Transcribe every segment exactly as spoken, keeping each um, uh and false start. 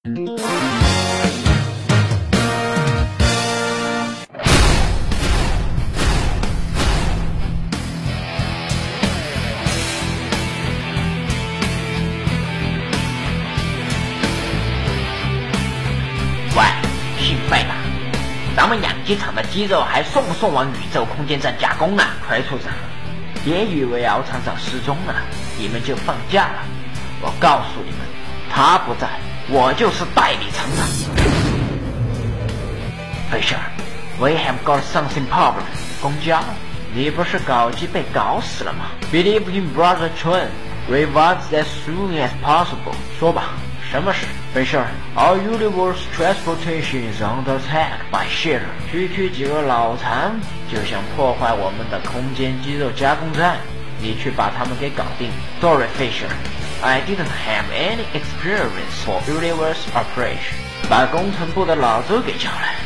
喂，兴奋了！咱们养鸡场的鸡肉还送不送往宇宙空间站加工呢？快处长，别以为敖厂长失踪了，你们就放假了。我告诉你们，他不在，我就是代理厂长。Fisher, we have got something problem. 公交，你不是搞基被搞死了吗 ？Believe in brother Chen, revive as soon as possible. 说吧，什么事 ？Fisher, our universe transportation is under attack by Share. 区区几个脑残就想破坏我们的空间肌肉加工站，你去把他们给搞定。Sorry, Fisher, I didn't have any experience for universe operation. 把工程部的老周给叫来。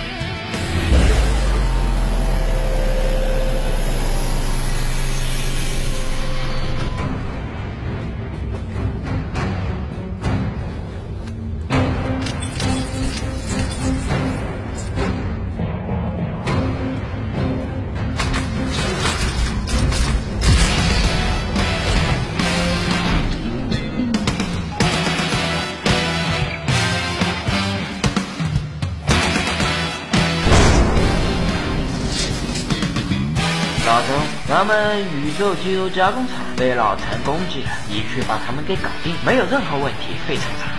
老周，咱们宇宙肌肉加工厂被脑残攻击了，你去把他们给搞定，没有任何问题，非常长。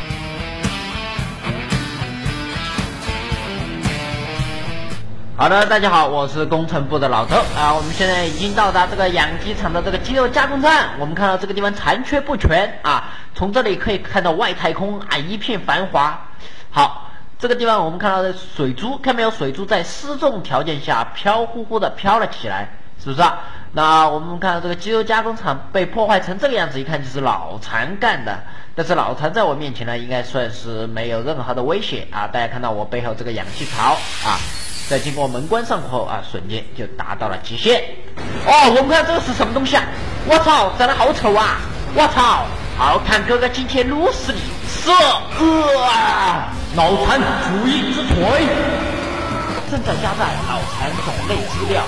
好的，大家好，我是工程部的老周啊，我们现在已经到达这个养鸡场的这个肌肉加工站，我们看到这个地方残缺不全啊，从这里可以看到外太空啊一片繁华。好。这个地方我们看到的水珠，看没有？水珠在失重条件下飘忽忽的飘了起来，是不是啊？那我们看到这个肌肉加工厂被破坏成这个样子，一看就是脑残干的。但是脑残在我面前呢，应该算是没有任何的威胁啊！大家看到我背后这个氧气槽啊，在经过门关上后啊，瞬间就达到了极限。哦，我们看这个是什么东西啊？我操，长得好丑啊！我操，好看哥哥今天撸死你！射！呃脑残主义之锤正在加载脑残种类资料。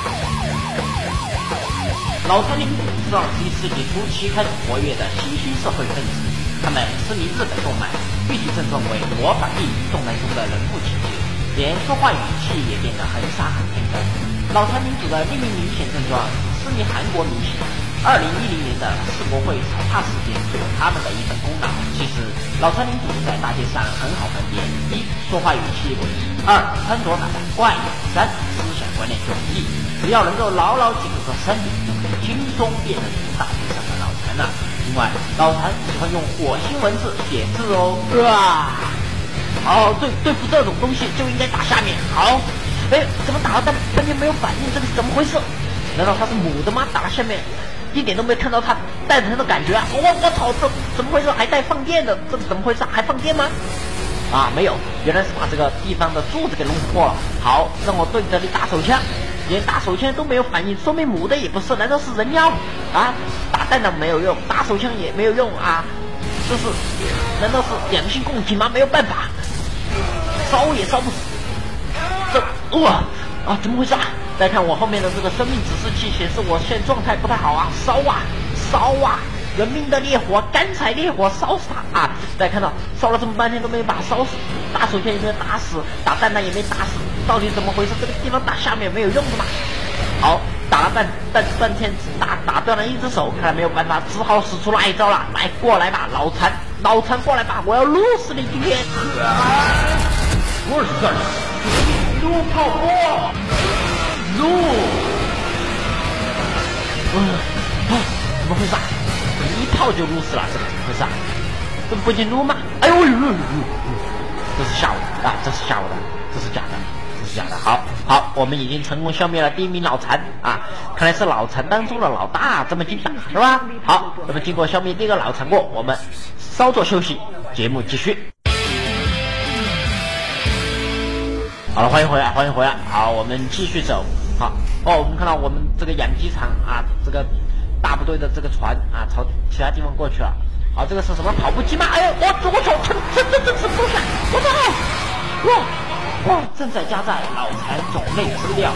脑残领主是二十一世纪初期开始活跃的新兴社会分子，他们痴迷日本动漫，具体症状为模仿力动漫中的人物情节，连说话语气也变得很傻很天真。脑残领主的另一明显症状是痴迷韩国明星。二零一零年的世博会踩踏事件是他们的一份功劳。其实脑残领主在大街上很好分辨：一、说话语气诡异；二、穿着打扮怪异；三、思想观念迥异。只要能够牢牢记住这三点，就可以轻松辨认出大街上的脑残了。另外，脑残喜欢用火星文字写字哦。啊！哦，对，对付这种东西就应该打下面。好，哎，怎么打了半半天没有反应？这个是怎么回事？难道它是母的吗？打了下面。一点都没有看到它带着它的感觉啊！我我操，这怎么回事？还带放电的，这是怎么回事？还放电吗？啊，没有，原来是把这个地方的柱子给弄破了。好，让我对着你打手枪，连打手枪都没有反应，说明母的也不是，难道是人妖啊？打弹弹没有用，打手枪也没有用啊！这是，难道是两性共体吗？没有办法，烧也烧不死。这哇啊，怎么回事啊？再看我后面的这个生命指示器显示我现在状态不太好啊，烧啊烧啊，人命的烈火，干柴烈火烧死他啊！再看到烧了这么半天都没有把他烧死，打手枪也没有打死，打弹弹也没打死，到底怎么回事？这个地方打下面没有用的嘛？好，打了半半半天，打打断了一只手，看来没有办法，只好使出了爱招了。来，过来吧，脑残，脑残过来吧，我要撸死你今天！我是战士，撸炮波。撸！嗯，啊，怎么回事啊？一炮就撸死了，这个怎么回事啊？这不仅撸吗？哎呦呦呦呦！这是吓我的啊！这是吓我的，这是假的，这是假的。好，好，我们已经成功消灭了第一名脑残啊！看来是脑残当中的老大，这么精打是吧？好，那么经过消灭第一个脑残过，我们稍作休息，节目继续。好了，欢迎回来，欢迎回来。好，我们继续走。好哦，我们看到我们这个养鸡场啊，这个大部队的这个船啊，朝其他地方过去了。 好，这个是什么跑步机吗？哎呦，我我操，这这这这什么东西？我操！哇哇，正在加载脑残种类资料。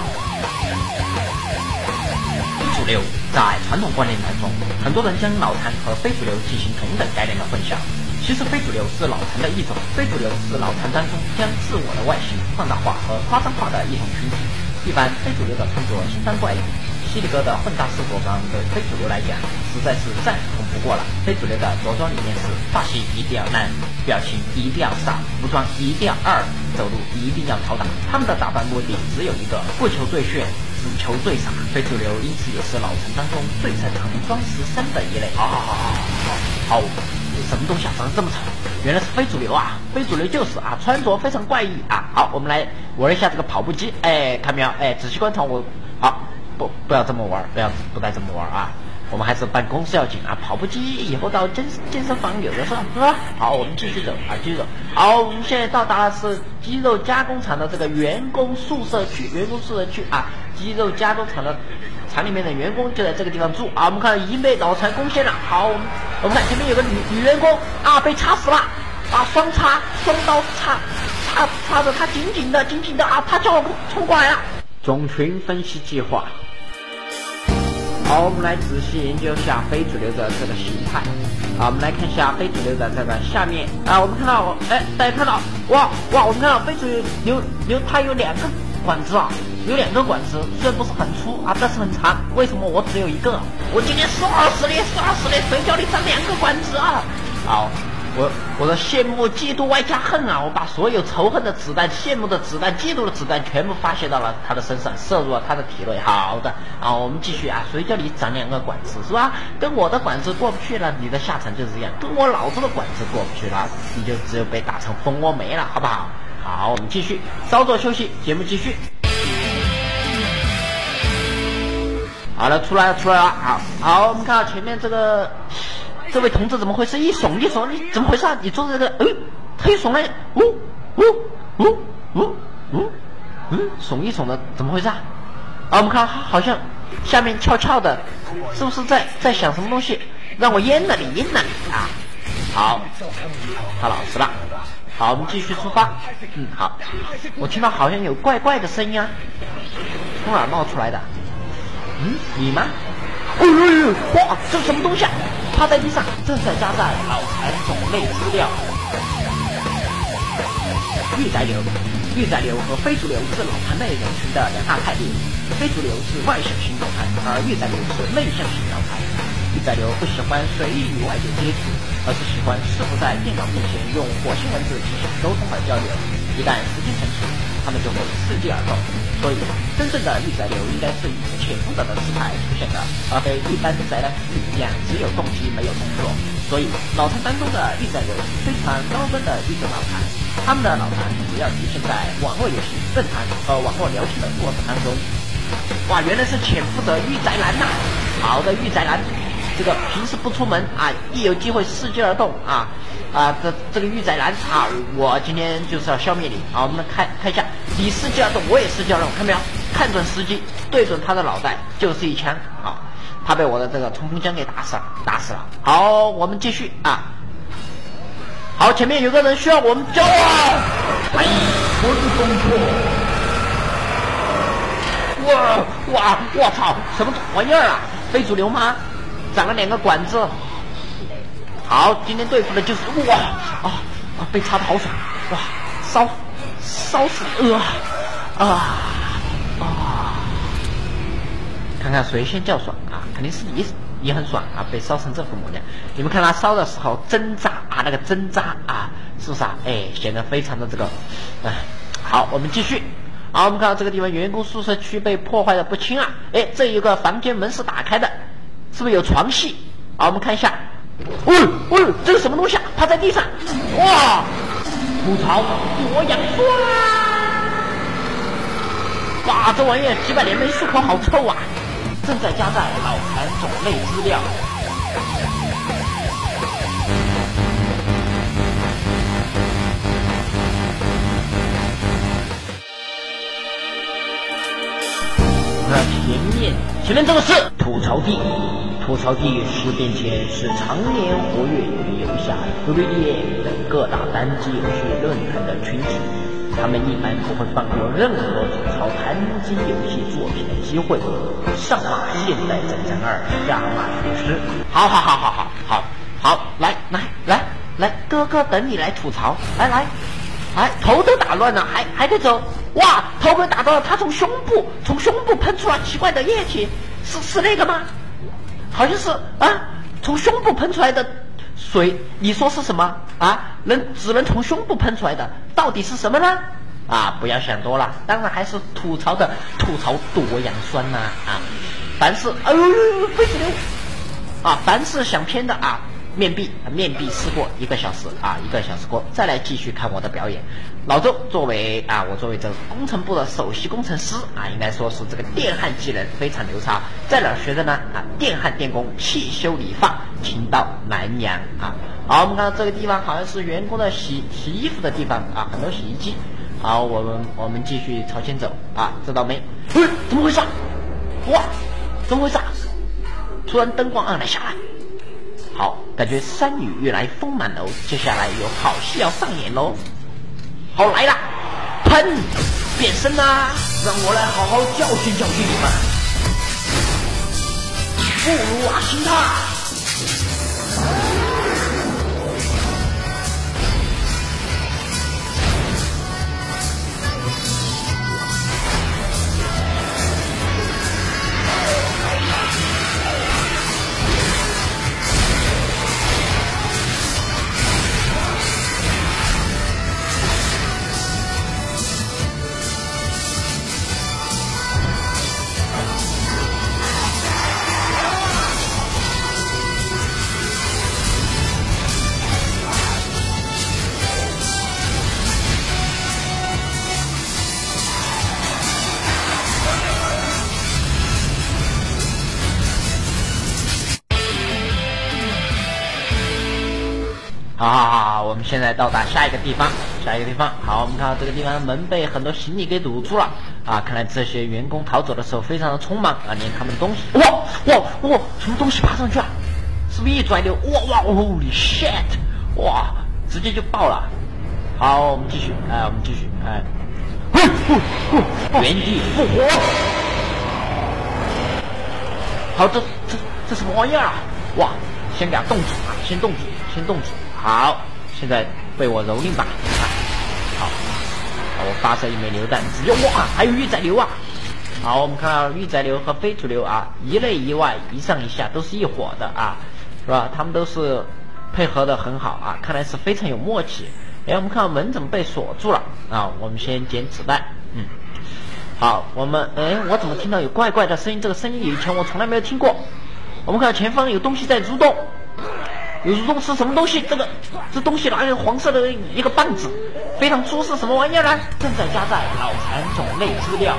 主流在传统观念当中，很多人将脑残和非主流进行同等概念的混淆。其实非主流是脑残的一种，非主流是脑残当中将自我的外形放大化和夸张化的一种群体。一般非主流的穿着相当怪异，犀利哥的混搭式着装对非主流来讲实在是再普通不过了。非主流的着装理念是发型一定要烂，表情一定要傻，服装一定要二，走路一定要讨打。他们的打扮目的只有一个，不求最炫，只求最傻。非主流因此也是脑残当中最擅长装饰身的一类。好好好好好好，什么东西啊，长得这么丑？原来是非主流啊！非主流就是啊，穿着非常怪异啊。好，我们来玩一下这个跑步机。哎，看没有？哎，仔细观察我。好，不不要这么玩，不要不带这么玩啊！我们还是办公室要紧啊。跑步机以后到健健身房有的是，是吧？好，我们继续走啊，继续走。好，我们现在到达的是肌肉加工厂的这个员工宿舍区，员工宿舍区啊，肌肉加工厂的。厂里面的员工就在这个地方住啊，我们看已经被脑残攻陷了。好，我们我们看前面有个女女员工啊，被插死了啊，双插双刀插插插着她紧紧的紧紧的啊，她叫我冲过来了。种群分析计划。好，我们来仔细研究一下非主流的这个形态啊，我们来看一下非主流的这个下面啊，我们看到哎，大家看到哇哇，我们看到非主流流它有两个管子啊。有两个管子，虽然不是很粗啊，但是很长。为什么我只有一个？我今天是二十列，是二十列，谁叫你长两个管子啊？好，我我的羡慕、嫉妒外加恨啊！我把所有仇恨的子弹、羡慕的子弹、嫉妒的子弹全部发泄到了他的身上，射入了他的体内。好的，啊，我们继续啊，谁叫你长两个管子是吧？跟我的管子过不去了，你的下场就是这样；跟我老子的管子过不去了，你就只有被打成蜂窝煤了，好不好？好，我们继续稍作休息，节目继续。好了，出来了，出来了。好，好，我们看到前面这个这位同志怎么回事？一耸一耸，你怎么回事啊？你坐在这个，嗯，他一耸来，呜呜呜呜呜，嗯，耸一耸的，怎么回事啊？啊，我们看好像下面翘翘的，是不是在在想什么东西？让我淹了你，淹了你啊！好，他老实了。好，我们继续出发。嗯，好，我听到好像有怪怪的声音啊，从哪儿冒出来的？嗯，你吗？哎呦呦！哇，这是什么东西啊？趴在地上，正在加载脑残种类资料。御宅流、御宅流和非主流是脑残类人群的两大派别。非主流是外向型脑残，而御宅流是内向型脑残。御宅流不喜欢随意与外界接触，而是喜欢试图在电脑面前用火星文字进行沟通和交流。一旦时间成熟，他们就会伺机而动。所以，真正的御宅流应该是以潜伏者的姿态出现的，而非一般宅男腐女一样只有动机没有动作。所以，脑残当中的御宅流是非常高端的一种脑残，他们的脑残主要体现在网络游戏、论坛和网络聊天的过程当中。哇，原来是潜伏者御宅男呐！好的，御宅男，这个平时不出门啊，一有机会伺机而动啊。啊，这这个御宅男啊，我今天就是要消灭你啊！我们来看看一下，你伺机而动，我也伺机而动，看没有？看准时机，对准他的脑袋就是一枪啊！他被我的这个冲锋枪给打死了，打死了。好，我们继续啊！好，前面有个人需要我们救啊！哎，我是攻破！哇哇我操！什么玩意儿啊？非主流吗？长了两个管子。好，今天对付的就是哇啊啊！被插的好爽，哇，烧烧死呃啊啊！看看谁先叫爽啊？肯定是你，你很爽啊！被烧成这副模样，你们看他烧的时候挣扎啊，那个挣扎啊，是不是啊？哎，显得非常的这个，哎，好，我们继续。好，我们看到这个地方员工宿舍区被破坏的不轻啊！哎，这有个房间门是打开的，是不是有床戏？好，我们看一下。喂喂，这是什么东西啊？趴在地上，哇！吐槽多阳酸，哇，这玩意几百年没漱口，好臭啊！正在加载脑残种类资料。那前面前面这个是吐槽地。 吐槽帝十变前是常年活跃于游侠、three D M 等各大单机游戏论坛的群体，他们一般不会放过任何吐槽单机游戏作品的机会，上马现代战争二，下马厨师。好好好好好好好，来来来来，哥哥等你来吐槽，来来来，头都打乱了，还还得走。哇，头被打到了，他从胸部从胸部喷出来奇怪的液体，是是那个吗？好像是啊，从胸部喷出来的水，你说是什么啊？能只能从胸部喷出来的，到底是什么呢？啊，不要想多了，当然还是吐槽的吐槽多氧酸呐 啊, 啊！凡是哎呦呦非主流啊，凡是想偏的啊，面壁面壁思过一个小时啊，一个小时过，再来继续看我的表演。老周作为啊，我作为这个工程部的首席工程师啊，应该说是这个电焊技能非常流畅，在哪儿学的呢？啊，电焊电工、汽修理发，青岛南阳啊。好，我们看到这个地方好像是员工的洗洗衣服的地方啊，很多洗衣机。好，我们我们继续朝前走啊，这道门，嗯，怎么回事？哇，怎么回事？突然灯光暗了下来。好，感觉山雨欲来风满楼，接下来有好戏要上演喽。好，来啦，喷，变身啦，让我来好好教训教训你们。布鲁瓦辛塔。好好好，我们现在到达下一个地方，下一个地方。好，我们看到这个地方门被很多行李给堵住了啊！看来这些员工逃走的时候非常的匆忙啊，连他们东西，哇哇哇，什么东西爬上去啊？是不是一拽流？哇哇 ，Holy shit！ 哇，直接就爆了。好，我们继续，哎，我们继续，哎，原地复活。好，这这这什么玩意儿啊？哇，先给它冻住啊，先冻住，先冻住。好，现在被我蹂躏吧！啊，好，好，我发射一枚榴弹，直接哇，还有预载流啊！好，我们看到预载流和非主流啊，一内一外，一上一下都是一伙的啊，是吧？他们都是配合的很好啊，看来是非常有默契。哎，我们看到门怎么被锁住了啊？我们先捡子弹，嗯，好，我们哎，我怎么听到有怪怪的声音？这个声音以前我从来没有听过。我们看到前方有东西在蠕动。有蠕动是什么东西？这个这东西拿个黄色的一个棒子，非常粗，是什么玩意儿呢？正在加载脑残种类资料。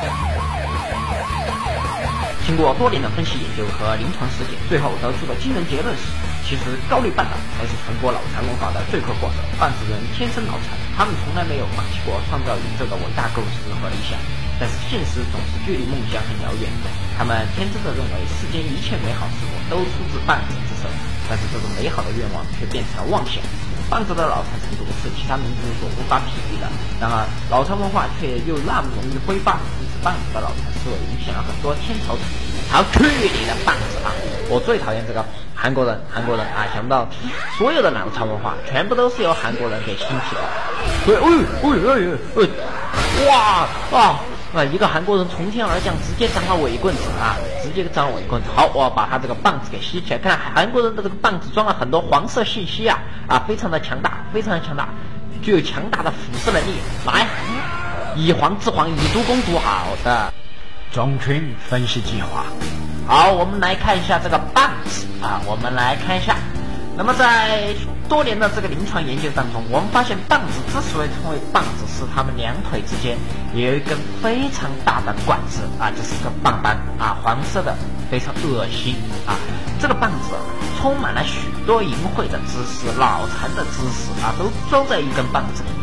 经过多年的分析研究和临床实践，最后得出的惊人结论是，其实高丽半岛才是传播脑残文化的罪魁祸首。半子人天生脑残，他们从来没有放弃过创造宇宙的伟大构思和理想，但是现实总是距离梦想很遥远。他们天真的认为世间一切美好事物都出自半子之手。但是这种美好的愿望却变成了妄想。棒子的脑残程度是其他民族所无法匹敌的，然而脑残文化却又那么容易挥发，因此棒子的脑残思维影响了很多天朝子民。好，去你的棒子啊！我最讨厌这个韩国人，韩国人啊！想不到所有的脑残文化全部都是由韩国人给兴起的。对，哎哎哎哎，哇啊！啊！一个韩国人从天而降，直接长了我一棍子啊！直接长了我一棍子。好，我把他这个棒子给吸起来。看韩国人的这个棒子装了很多黄色信息啊啊，非常的强大，非常的强大，具有强大的辐射能力。来，以黄治黄，以毒攻毒。好的，种群分析计划。好，我们来看一下这个棒子啊，我们来看一下。那么在多年的这个临床研究当中，我们发现棒子之所以称为棒子，是它们两腿之间有一根非常大的管子啊，这是个棒棒啊，黄色的，非常恶心啊。这个棒子充满了许多淫秽的知识、脑残的知识啊，都装在一根棒子里面。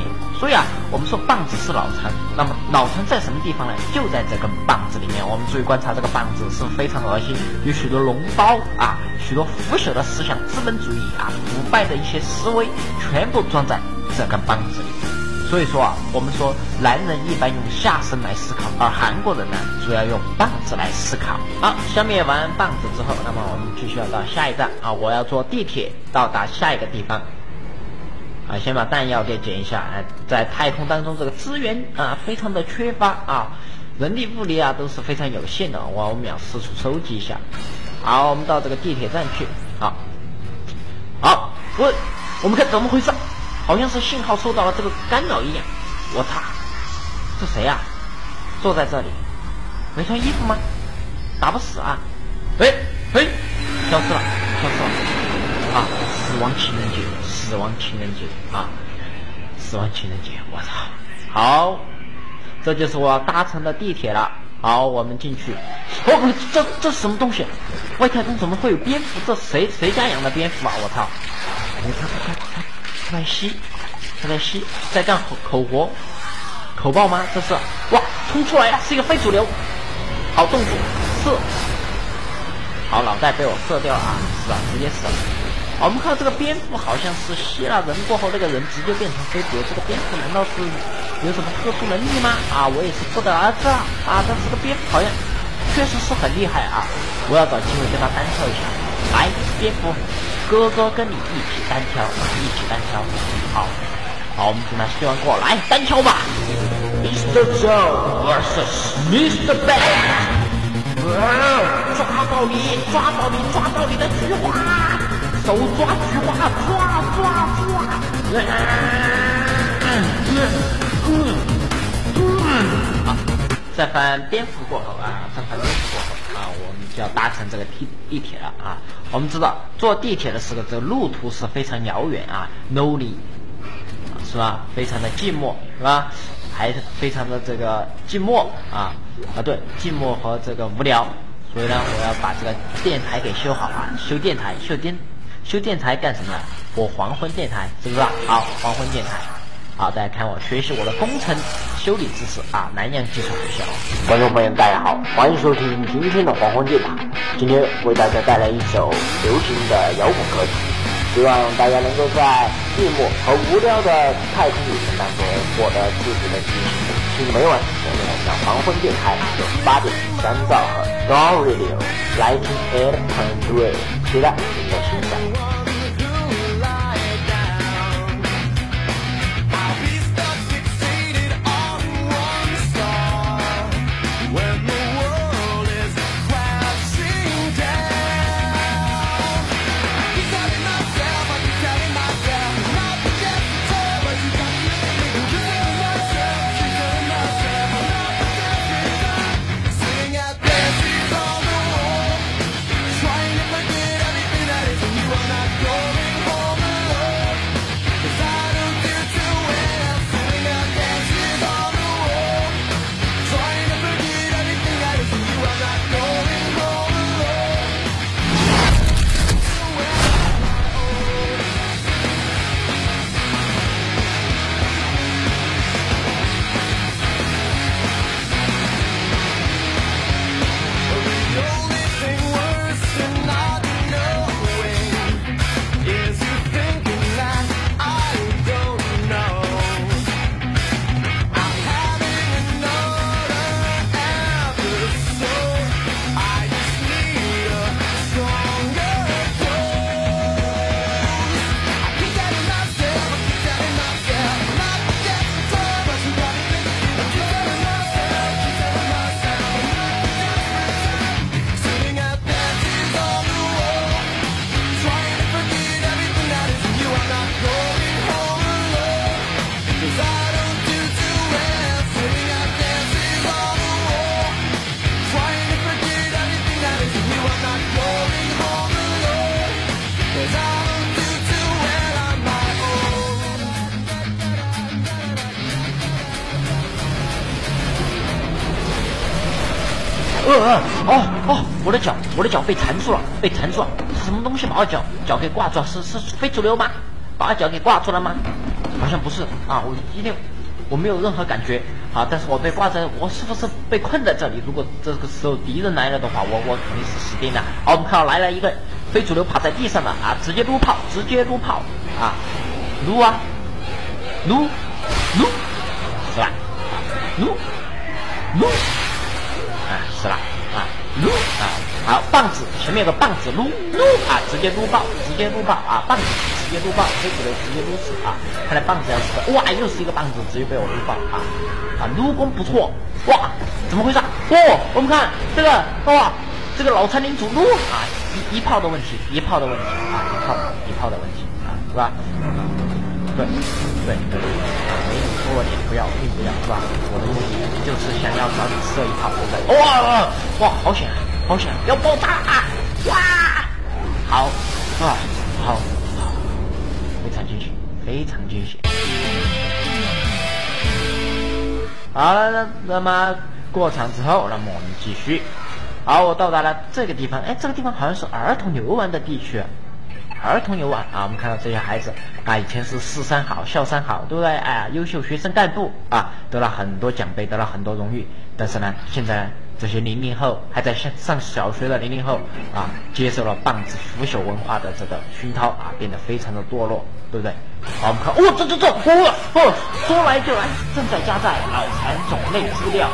所以啊，我们说棒子是脑残，那么脑残在什么地方呢？就在这根棒子里面。我们注意观察这个棒子是非常恶心，有许多脓包啊，许多腐朽的思想、资本主义啊、腐败的一些思维，全部装在这根棒子里。所以说啊，我们说男人一般用下身来思考，而韩国人呢，主要用棒子来思考。好，消灭完棒子之后，那么我们继续要到下一站啊，我要坐地铁到达下一个地方。啊，先把弹药给捡一下。啊，在太空当中，这个资源啊非常的缺乏啊，人力物力啊都是非常有限的。我我们要四处收集一下。好，我们到这个地铁站去。好，好，我我们看怎么回事？好像是信号受到了这个干扰一样。我操，这谁呀、啊？坐在这里，没穿衣服吗？打不死啊！哎哎，消失了，消失了！啊，死亡情人节，死亡情人节啊，死亡情人节！我操！好，这就是我搭乘的地铁了。好，我们进去。哦，这这是什么东西？外太空怎么会有蝙蝠？这谁谁家养的蝙蝠啊？我操！你看，看，看。他在吸，他在吸，在干口口活，口爆吗？这是哇，冲出来了，是一个非主流。好动作，射。好，脑袋被我射掉了啊，是啊，直接死了。好，我们看到这个蝙蝠好像是吸了人过后，那个人直接变成非主流。这个蝙蝠难道是有什么特殊能力吗？啊，我也是不得而知啊。啊，但是这个蝙蝠好像确实是很厉害啊，我要找机会跟他单挑一下。来，蝙蝠。哥哥跟你一起单挑，一起单挑，好，好，我们请他希望过来单挑吧。Mister Joe versus Mister Bad， 抓到你，抓到你，抓到你的菊花，手抓菊花，抓抓抓。好，再翻蝙蝠过后啊，再翻蝙蝠过后。啊，我们就要搭乘这个地地铁了啊！我们知道坐地铁的时候，这个路途是非常遥远啊 ，lonely， 是吧？非常的寂寞，是吧？还非常的这个寂寞啊啊，对，寂寞和这个无聊。所以呢，我要把这个电台给修好啊！修电台，修电，修电台干什么？我黄昏电台，是不是？好，黄昏电台。好，大家看我学习我的工程修理知识啊，南洋技术学校。观众朋友大家好，欢迎收听今天的黄昏电台。今天为大家带来一首流行的摇滚歌曲，希望大家能够在寂寞和无聊的太空旅程当中获得自己的激情。请每晚时间让黄昏电台有八点三兆赫 Dawn Radio Lighting eight point three， 期待您的欣赏。呃哦哦，我的脚，我的脚被缠住了，被缠住了，是什么东西把我脚脚给挂住了？是是非主流吗？把我脚给挂住了吗？好像不是啊，我今天我没有任何感觉啊，但是我被挂在，我是不是被困在这里？如果这个时候敌人来了的话，我我肯定是死定了。好，我们看到来了一个非主流趴在地上的啊，直接撸炮，直接撸炮啊，撸啊，撸撸，死了，撸撸，啊死了啊撸啊，好棒子前面有个棒子撸撸啊，直接撸爆，直接撸爆啊，棒子直接撸爆，非主流直接撸死啊，看来棒子要死的，哇又是一个棒子直接被我撸爆啊啊撸功不错，哇怎么回事？哦我们看这个哇这个老残领主撸啊一一炮的问题，一炮的问题啊一炮一炮的问题啊是吧？对对对对，没你说我点不要并不要是吧？我的目的就是想要找你射一炮，对不对？哇哇好险好险要爆炸啊！哇好啊好好非常惊险非常惊险。好了，那那么过场之后，那么我们继续。好，我到达了这个地方，哎，这个地方好像是儿童游玩的地区。儿童游玩啊，我们看到这些孩子啊，以前是市三好、校三好，对不对？哎呀，优秀学生干部啊，得了很多奖杯，得了很多荣誉。但是呢，现在这些零零后还在上上小学的零零后啊，接受了棒子腐朽文化的这个熏陶啊，变得非常的堕落，对不对？好，我们看，哦，这这这，哦哦，说来就来，正在加载脑残种类资料。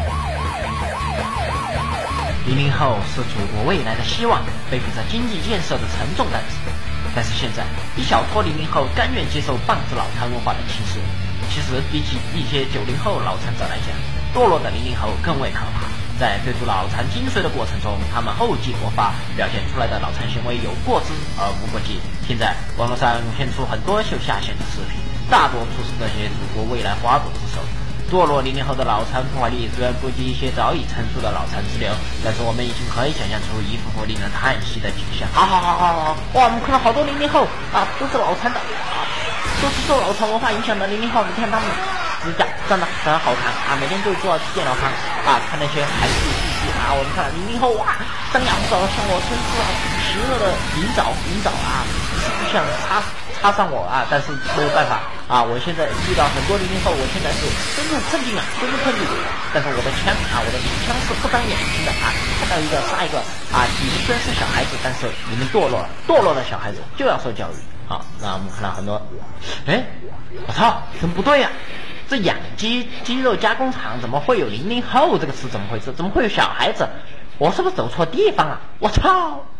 零零后是祖国未来的希望，背负着经济建设的沉重担子。但是现在，一小撮零零后甘愿接受棒子脑残文化的侵蚀。其实，比起一些九零后脑残者来讲，堕落的零零后更为可怕。在追逐脑残精髓的过程中，他们厚积薄发，表现出来的脑残行为有过之而无不及。现在，网络上涌现出很多秀下限的视频，大多数是这些祖国未来花朵之手。堕落零零后的脑残破坏力虽然不及一些早已成熟的脑残之流，但是我们已经可以想象出一幅幅令人叹息的景象。好好好好好，哇，我们看到好多零零后啊，都是脑残的啊，都是受脑残文化影响的零零后。你看他们指甲真的很好看啊，每天就坐电脑旁啊，看那些韩剧戏剧啊。我们看零零后哇，张牙舞爪的向我伸出啊邪恶的银爪银爪啊，不想插插上我啊，但是没有办法啊！我现在遇到很多零零后，我现在是真正镇定啊，真正镇定。但是我的枪啊，我的枪是不长眼睛的啊！看到一个杀一个啊！你们虽然是小孩子，但是你们堕落了，堕落的小孩子就要受教育。好，那我们看到很多，哎，我操，怎么不对呀、啊？这养鸡鸡肉加工厂怎么会有零零后这个词？怎么回事？怎么会有小孩子？我是不是走错地方了？我操！